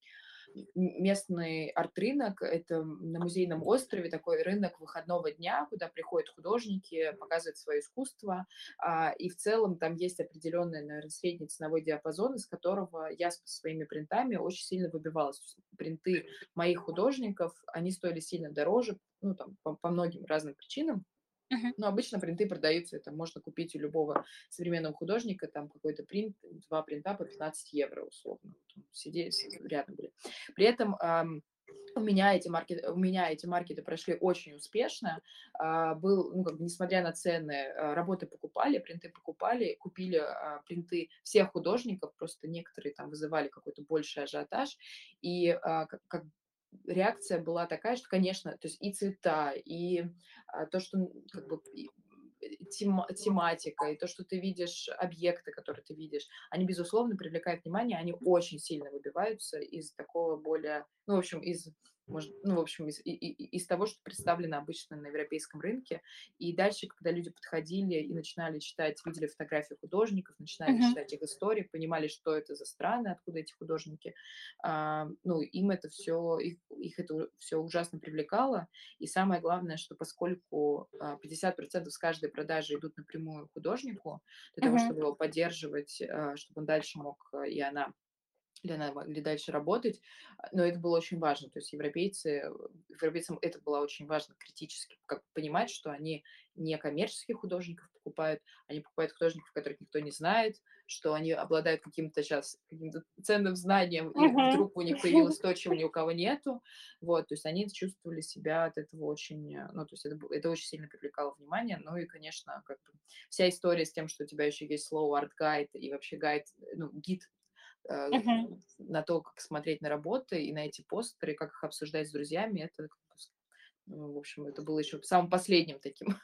местный арт-рынок. Это на Музейном острове такой рынок выходного дня, куда приходят художники, показывают свое искусство. А, И в целом там есть определенный, наверное, средний ценовой диапазон, из которого я со своими принтами очень сильно выбивалась. То есть принты моих художников, они стоили сильно дороже, ну, там, по, по многим разным причинам. Мгм. Но обычно принты продаются, это можно купить у любого современного художника, там какой-то принт, два принта по пятнадцать евро условно. Вот сидели, рядом были. При этом ам, у меня эти маркеты, у меня эти маркеты прошли очень успешно. А, был, ну, как бы, несмотря на цены, а, работы покупали, принты покупали, купили а, принты всех художников, просто некоторые там вызывали какой-то больший ажиотаж. И а, как, как реакция была такая, что, конечно, то есть и цвета, и а, то, что м, как бы и, э, тема- тематика, и то, что ты видишь, объекты, которые ты видишь, они, безусловно, привлекают внимание, они очень сильно выбиваются из такого более, ну, в общем, из, может, ну, в общем, из, и- и- из того, что представлено обычно на европейском рынке. И дальше, когда люди подходили и начинали читать, видели фотографии художников, начинали Мгм. читать их истории, понимали, что это за страны, откуда эти художники, а, ну, им это все, их, их это все ужасно привлекало. И самое главное, что поскольку а, пятьдесят процентов с каждой продажи идут напрямую художнику, для того, Мгм. чтобы его поддерживать, а, чтобы он дальше мог, а, и она, или она могли дальше работать, а, но это было очень важно. То есть европейцы, э, европейцам это было очень важно критически как понимать, что они не коммерческих художников покупают, они покупают художников, которых никто не знает, что они обладают каким-то сейчас каким-то ценным знанием, и Мгм. вдруг у них появилось то, чего ни у кого нету. Вот, то есть они чувствовали себя от этого очень, э, ну, то есть это, б- это очень сильно привлекало внимание. Ну и, конечно, как бы вся история с тем, что у тебя еще есть слово арт-гайд и вообще гайд, ну, гид э, Мгм. на то, как смотреть на работы и на эти постеры, как их обсуждать с друзьями, это, как бы, с- ну, в общем, это было еще самым последним таким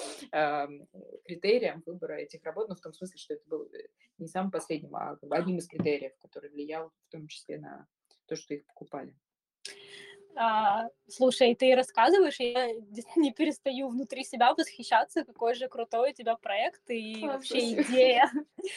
ам, критерием выбора этих работ, но в том смысле, что это был э, не самым последним, а как бы одним из критериев, который влиял в том числе на то, что их покупали. А, слушай, ты рассказываешь, и я не перестаю внутри себя восхищаться, какой же крутой у тебя проект и А, вообще спасибо. идея.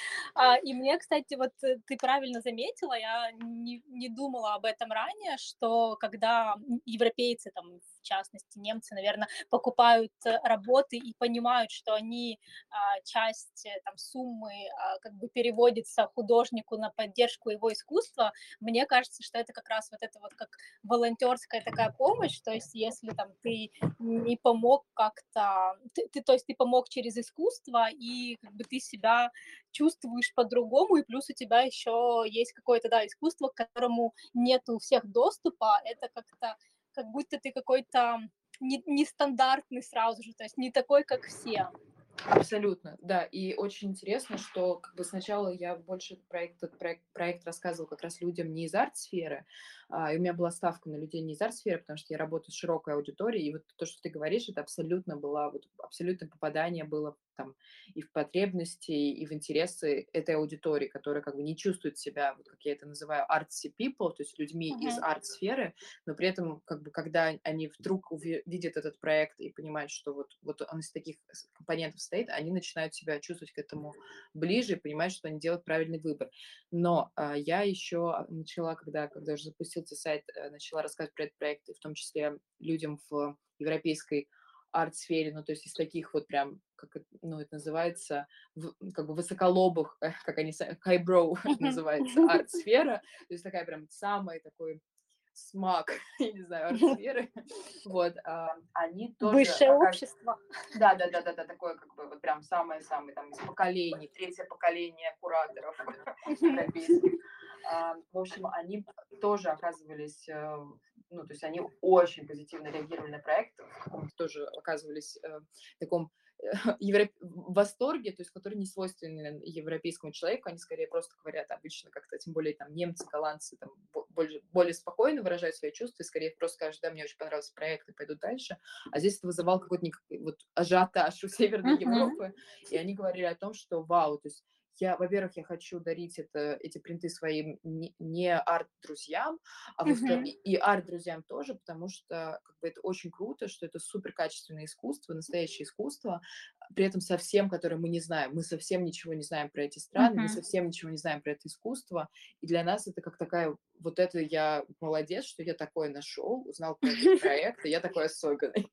А, и мне, кстати, вот э, ты правильно заметила, я не, не думала об этом ранее, что когда м, европейцы, там, в частности, немцы, наверное, покупают э, работы и понимают, что они а, часть э, там, суммы а, как бы переводится художнику на поддержку его искусства, мне кажется, что это как раз вот это вот как волонтерская такая помощь, то есть если там ты не помог как-то, ты, ты, то есть ты помог через искусство, и как бы ты себя чувствуешь по-другому, и плюс у тебя еще есть какое-то, да, искусство, к которому нет у всех доступа, это как-то, как будто ты какой-то не- нестандартный сразу же, то есть не такой, как все. Абсолютно, да. И очень интересно, что как бы сначала я больше проект, этот проект, проект рассказывала как раз людям не из арт-сферы, а, и у меня была ставка на людей не из арт-сферы, потому что я работаю с широкой аудиторией, и вот то, что ты говоришь, это абсолютно было, вот абсолютно попадание было там и в потребности, и в интересы этой аудитории, которая как бы не чувствует себя, вот как я это называю, artsy people, то есть людьми из Мгм. арт-сферы, но при этом как бы когда они вдруг уви- видят этот проект и понимают, что вот, вот он из таких с- компонентов стоит, они начинают себя чувствовать к этому ближе и понимают, что они делают правильный выбор. Но а, я еще начала, когда, когда уже запустился сайт, э, начала рассказывать про этот проект, и в том числе людям в европейской арт-сфере, ну, то есть из таких вот прям, как это, ну, это называется, в- как бы высоколобых, э, как они, са- highbrow это Мгм. называется, арт-сфера, то есть такая прям самая такой смак, я не знаю, арт-сферы, вот, а, они тоже Высшее оказываются, общество. да, да, да, да, да, такое как бы вот прям самое-самое там из поколений, третье поколение кураторов Мгм. европейских. А, В общем, они тоже оказывались, э, ну, то есть они очень позитивно реагировали на проект, в каком-то тоже оказывались э, в таком э, евро- в восторге, то есть который не свойственен европейскому человеку, они скорее просто говорят обычно как-то, тем более там немцы, голландцы, там бо- более, более спокойно выражают свои чувства, и скорее просто скажут, да, мне очень понравился проект, и пойду дальше. А здесь это вызывал какой-то ник- вот ажиотаж у Северной Мгм. Европы, и они говорили о том, что вау, то есть я, во-первых, я хочу дарить это, эти принты своим не, не арт-друзьям, а во-вторых, Мгм. и, и арт-друзьям тоже, потому что как бы это очень круто, что это супер качественное искусство, настоящее искусство, при этом совсем, которое мы не знаем. Мы совсем ничего не знаем про эти страны, мы Мгм. совсем ничего не знаем про это искусство, и для нас это как такая, вот это я молодец, что я такое нашел, узнал про этот проект, и я такой особенный.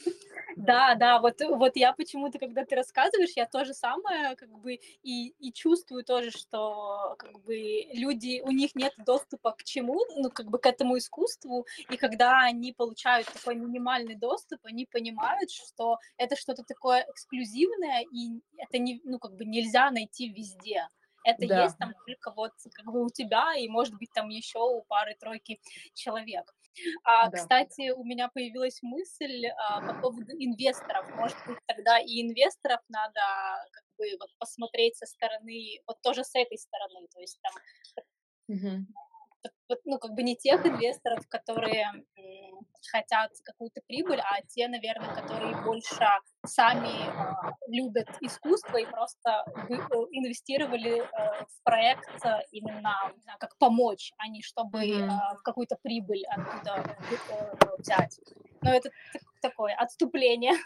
Да. Да, да, вот, вот я почему-то, когда ты рассказываешь, я то же самое как бы и, и чувствую тоже, что как бы люди, у них нет доступа к чему, ну, как бы к этому искусству, и когда они получают такой минимальный доступ, они понимают, что это что-то такое эксклюзивное, и это не, ну, как бы нельзя найти везде. Это Да, есть там только вот как бы у тебя, и может быть там еще у пары-тройки человек. А, да. кстати, у меня появилась мысль, а, по поводу инвесторов. Может быть, тогда и инвесторов надо как бы вот посмотреть со стороны, вот тоже с этой стороны. То есть там, Мгм. вот, ну, как бы не тех инвесторов, которые м, хотят какую-то прибыль, а те, наверное, которые больше сами а, любят искусство и просто вы- э, инвестировали э, в проект э, именно, не знаю, как помочь, а не чтобы э, Мгм. какую-то прибыль оттуда вы- э, взять. Но это так- такое отступление.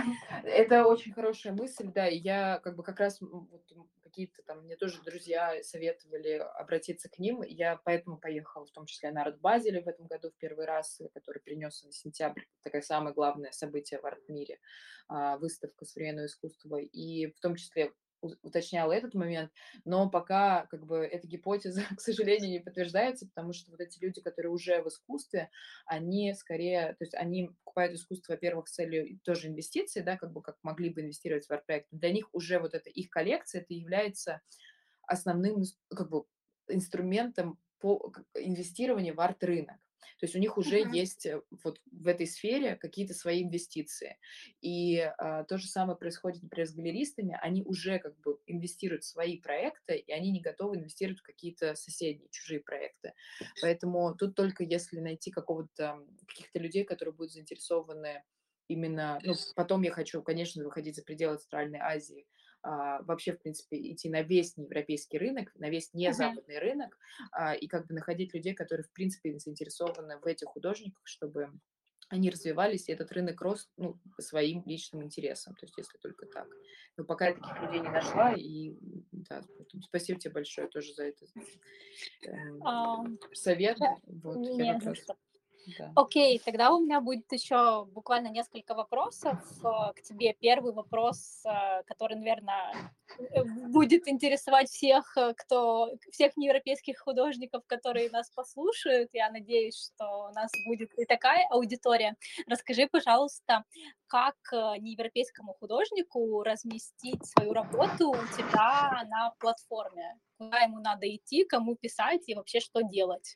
Это очень хорошая мысль, да, и я как бы как раз м, вот, м, какие-то там мне тоже друзья советовали обратиться к ним, и я поэтому поехала, в том числе на арт-базеле в этом году в первый раз, э, который принес на сентябрь, такое самое главное событие в арт-мире, а, выставка современного искусства, и в том числе у- уточняла этот момент, но пока как бы эта гипотеза, к сожалению, не подтверждается, потому что вот эти люди, которые уже в искусстве, они скорее, то есть они покупают искусство, во-первых, с целью тоже инвестиций, да, как бы как могли бы инвестировать в арт-проект. Для них уже вот эта их коллекция, это является основным как бы инструментом по к инвестирования в арт-рынок. То есть у них уже Мгм. есть э, вот в этой сфере какие-то свои инвестиции. И а, то же самое происходит, например, с галеристами. Они уже как бы инвестируют в свои проекты, и они не готовы инвестировать в какие-то соседние, чужие проекты. Поэтому тут только если найти какого-то, м, каких-то людей, которые будут заинтересованы именно, ну, потом я хочу, конечно, выходить за пределы Центральной Азии, а, вообще, в принципе, идти на весь неевропейский рынок, на весь Мгм. незападный рынок, а, и как бы находить людей, которые, в принципе, заинтересованы в этих художниках, чтобы они развивались, и этот рынок рос, ну, по своим личным интересам, то есть если только так. Но пока я таких людей не нашла, и м, да, поэтому спасибо тебе большое тоже за этот эм, Ам, совет. да, Вот, я не как за раз, что. да. Окей, тогда у меня будет еще буквально несколько вопросов э, к тебе. Первый вопрос, э, который, наверное, будет интересовать всех, э, кто, всех неевропейских художников, которые нас послушают. Я надеюсь, что у нас будет и такая аудитория. Расскажи, пожалуйста, как э, неевропейскому художнику разместить свою работу у тебя на платформе? Куда ему надо идти, кому писать и вообще что делать?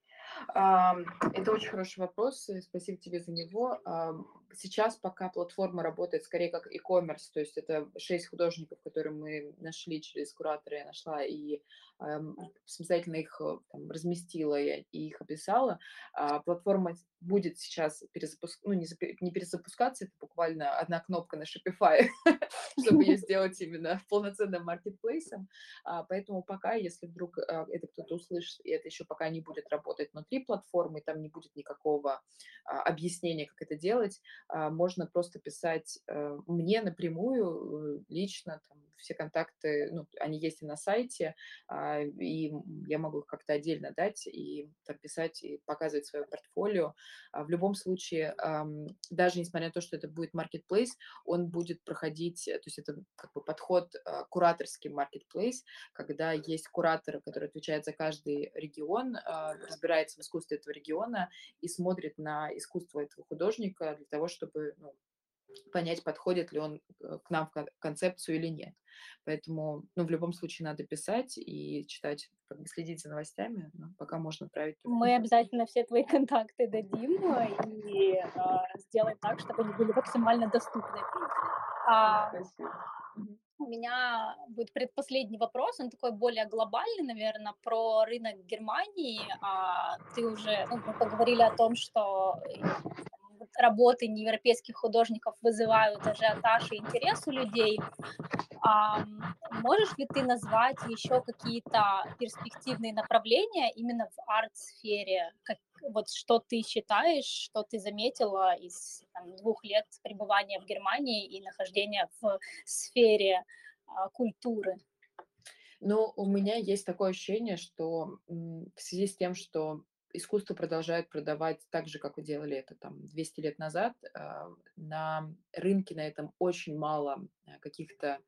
Ам, Это очень хороший вопрос, и спасибо тебе за него. Ам, Сейчас пока платформа работает скорее как e-commerce, то есть это шесть художников, которые мы нашли через куратора, я нашла и ам, самостоятельно их э, там, разместила и и их описала. А, Платформа будет сейчас перезапуск... ну, не, запе- не перезапускаться, это буквально одна кнопка на Shopify, чтобы ее сделать именно полноценным маркетплейсом. А, Поэтому пока, если вдруг а, это кто-то услышит, и это еще пока не будет работать внутри платформы, там не будет никакого а, объяснения, как это делать, а, можно просто писать э, мне напрямую, э, лично, там, все контакты, ну, они есть и на сайте, а, и м, я могу их как-то отдельно дать и там, писать и показывать свое портфолио. А В любом случае, ам, даже несмотря на то, что это будет marketplace, он будет проходить, э, то есть это как бы подход а, кураторский marketplace, когда есть куратор, который отвечает за каждый регион, а, разбирается в искусстве этого региона и смотрит на искусство этого художника для того, чтобы ну, понять, подходит ли он э, к нам в кон- концепцию или нет. Поэтому, ну, в любом случае надо писать и читать, как бы следить за новостями, но пока можно отправить только Мы обязательно все твои контакты дадим э, и э, сделаем так, чтобы они были максимально доступны. А, спасибо. Мгм. У меня будет предпоследний вопрос, он такой более глобальный, наверное, про рынок Германии. А, ты уже, ну, мы поговорили о том, что э, там вот работы неевропейских художников вызывают ажиотаж и интерес у людей. Ам, можешь ли ты назвать еще какие-то перспективные направления именно в арт-сфере? Как, вот что ты считаешь, что ты заметила из там, двух лет пребывания в Германии и нахождения в сфере а, культуры? Но у меня есть такое ощущение, что м, в связи с тем, что искусство продолжает продавать так же, как и делали это там двести лет назад, а, на рынке на этом очень мало а, каких-то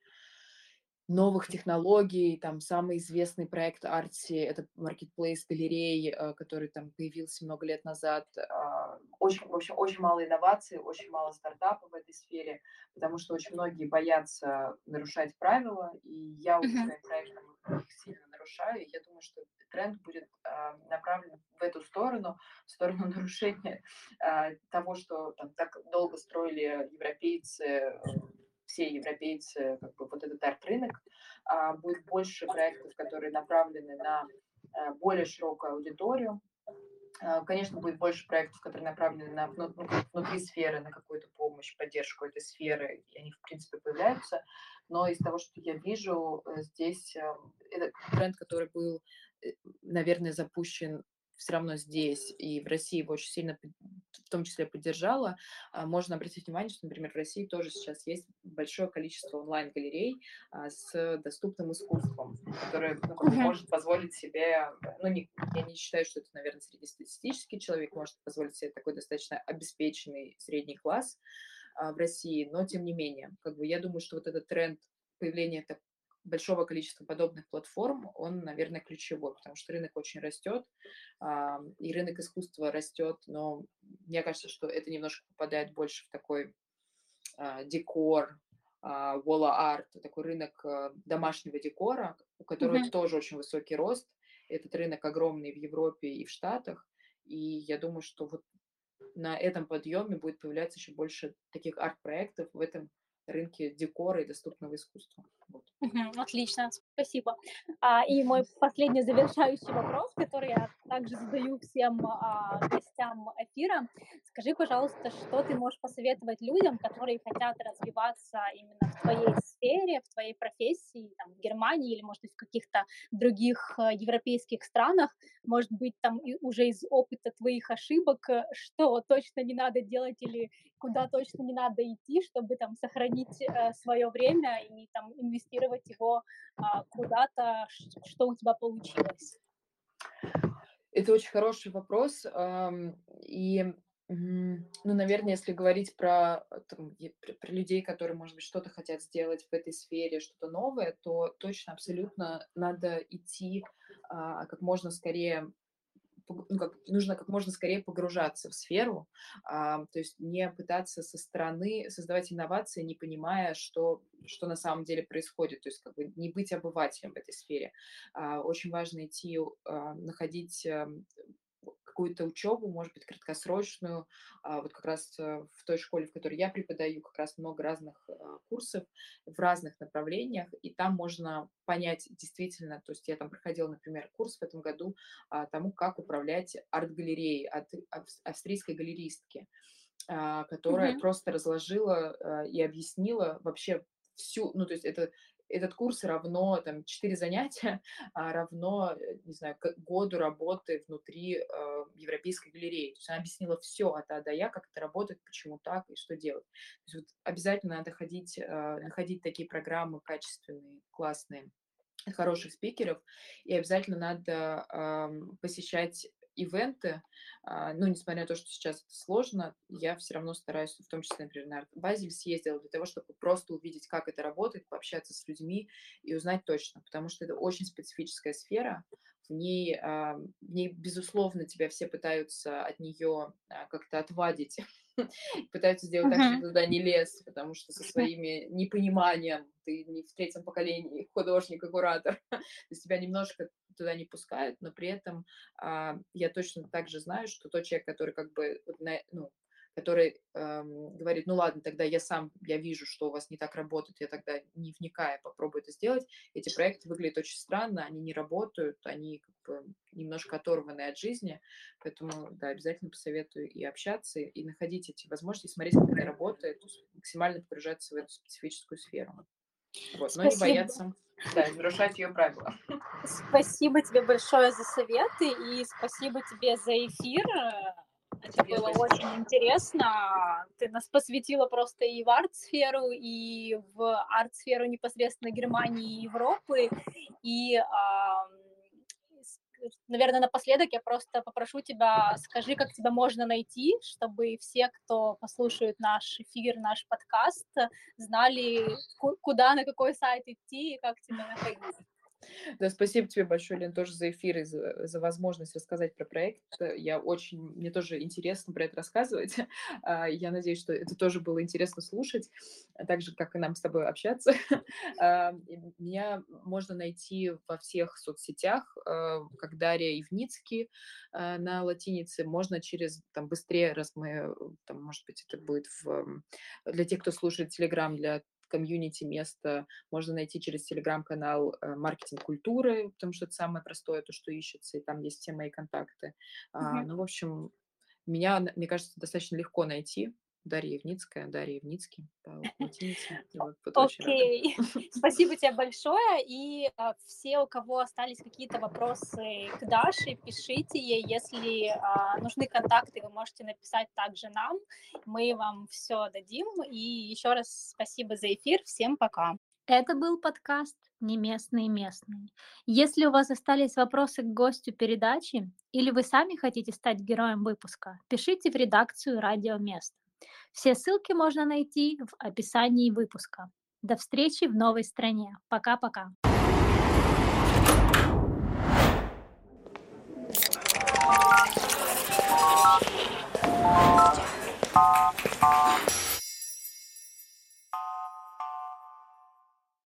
новых технологий. Там самый известный проект Artsy — это маркетплейс галерей, э, который там появился много лет назад. А, Очень, в общем, очень мало инноваций, очень мало стартапов в этой сфере, потому что очень многие боятся нарушать правила, и я вот Мгм. своим проектом их сильно нарушаю. И я думаю, что тренд будет а, направлен в эту сторону, в сторону нарушения а, того, что там так долго строили европейцы, э, все европейцы, как бы вот этот арт-рынок. А, будет больше проектов, которые направлены на э, более широкую аудиторию. А, Конечно, будет больше проектов, которые направлены на вну- ну, как внутри сферы, на какую-то помощь, поддержку этой сферы, и они, в принципе, появляются. Но из того, что я вижу, э, здесь э, это тренд, который был, э, наверное, запущен все равно здесь, и в России его очень сильно, под- в том числе, поддержала. А, Можно обратить внимание, что, например, в России тоже сейчас есть большое количество онлайн-галерей а, с доступным искусством, которое ну, как бы Мгм. может позволить себе, ну, не, я не считаю, что это, наверное, среднестатистический человек может позволить себе такой достаточно обеспеченный средний класс а, в России, но тем не менее, как бы я думаю, что вот этот тренд появления так- большого количества подобных платформ, он, наверное, ключевой, потому что рынок очень растет, а, и рынок искусства растет, но мне кажется, что это немножко попадает больше в такой а, декор, а, волла-арт, такой рынок а, домашнего декора, у которого Мгм. тоже очень высокий рост. Этот рынок огромный в Европе и в Штатах. И я думаю, что вот на этом подъеме будет появляться еще больше таких арт-проектов в этом рынке декора и доступного искусства. Вот. Мгм. Отлично. Спасибо. А, и мой последний завершающий вопрос, который я также задаю всем а, гостям эфира. Скажи, пожалуйста, что ты можешь посоветовать людям, которые хотят развиваться именно в твоей сфере, в твоей профессии, там, в Германии или, может быть, в каких-то других э, европейских странах, может быть, там и уже из опыта твоих ошибок, э, что точно не надо делать или куда точно не надо идти, чтобы там сохранить э, свое время и там инвестировать его а, куда-то, ш- что у тебя получилось? Это очень хороший вопрос. ам, И, м, ну, наверное, если говорить про, э, там, е- про, про людей, которые, может быть, что-то хотят сделать в этой сфере, что-то новое, то точно, абсолютно надо идти а, как можно скорее, пог- ну, как, нужно как можно скорее погружаться в сферу, а, то есть не пытаться со стороны создавать инновации, не понимая, что, что на самом деле происходит, то есть как бы не быть обывателем в этой сфере. А, очень важно идти, а, находить ам, какую-то учебу, может быть, краткосрочную. А, Вот как раз э, в той школе, в которой я преподаю, как раз много разных а, курсов в разных направлениях, и там можно понять действительно, то есть я там проходила, например, курс в этом году а, тому, как управлять арт-галереей от авс- австрийской галеристки, а, которая Мгм. просто разложила а, и объяснила вообще всю, ну, то есть это этот курс равно там четыре занятия, а, равно, э, не знаю, к году работы внутри э, Европейской галереи. То есть она объяснила все от А до Я, как это работает, почему так и что делать. То есть вот обязательно надо ходить, э, находить такие программы качественные, классные, хороших спикеров, и обязательно надо ам, посещать ивенты. А, ну, несмотря на то, что сейчас это сложно, я все равно стараюсь, в том числе, например, на Арт-Базель съездила для того, чтобы просто увидеть, как это работает, пообщаться с людьми и узнать точно, потому что это очень специфическая сфера. В ней, а, в ней безусловно, тебя все пытаются от нее а, как-то отвадить, пытаются сделать так, чтобы Мгм. ты туда не лез, потому что со своими непониманием ты не в третьем поколении художник и куратор, то есть тебя немножко туда не пускают, но при этом а, я точно так же знаю, что тот человек, который как бы, вот на- ну, который эм, говорит, ну ладно, тогда я сам, я вижу, что у вас не так работает, я тогда не вникая попробую это сделать. Эти проекты выглядят очень странно, они не работают, они как бы немножко оторваны от жизни, поэтому, да, обязательно посоветую и общаться, и находить эти возможности, смотреть, как это работает, то есть максимально погружаться в эту специфическую сферу. Вот, но не Спасибо. бояться, да, не нарушать ее правила. Спасибо тебе большое за советы и спасибо тебе за эфир. Это Тебе было спасибо. очень интересно. Ты нас посвятила просто и в арт-сферу, и в арт-сферу непосредственно Германии и Европы. И, наверное, напоследок я просто попрошу тебя, скажи, как тебя можно найти, чтобы все, кто послушает наш эфир, наш подкаст, знали, ку- куда, на какой сайт идти и как тебя находить. Да, спасибо тебе большое, Лен, тоже за эфир и за, за возможность рассказать про проект. Э, Я очень, мне тоже интересно про это рассказывать. А, Я надеюсь, что это тоже было интересно слушать, а так же, как и нам с тобой общаться. А, и Меня можно найти во всех соцсетях, э, как Дарья Ивницкий э, на латинице. Можно через, там, быстрее, раз мы, э, там, может быть, это будет в, м, для тех, кто слушает Telegram, для комьюнити место можно найти через телеграм-канал э, «Маркетинг культуры», потому что это самое простое, то, что ищется, и там есть все мои контакты. А, Мгм. ну, в общем, меня, н- мне кажется, достаточно легко найти. Дарья Евницкая, Дарья Евницкий по латинице. И вот буду очень рада. Окей, спасибо тебе большое. И а, все, у кого остались какие-то вопросы к Даше, пишите ей. Если а, нужны контакты, вы можете написать также нам. Мы вам все дадим. И еще раз спасибо за эфир. Всем пока. Это был подкаст «Не местные местные». Если у вас остались вопросы к гостю передачи или вы сами хотите стать героем выпуска, пишите в редакцию «Радио Место». Все ссылки можно найти в описании выпуска. До встречи в новой стране. Пока-пока.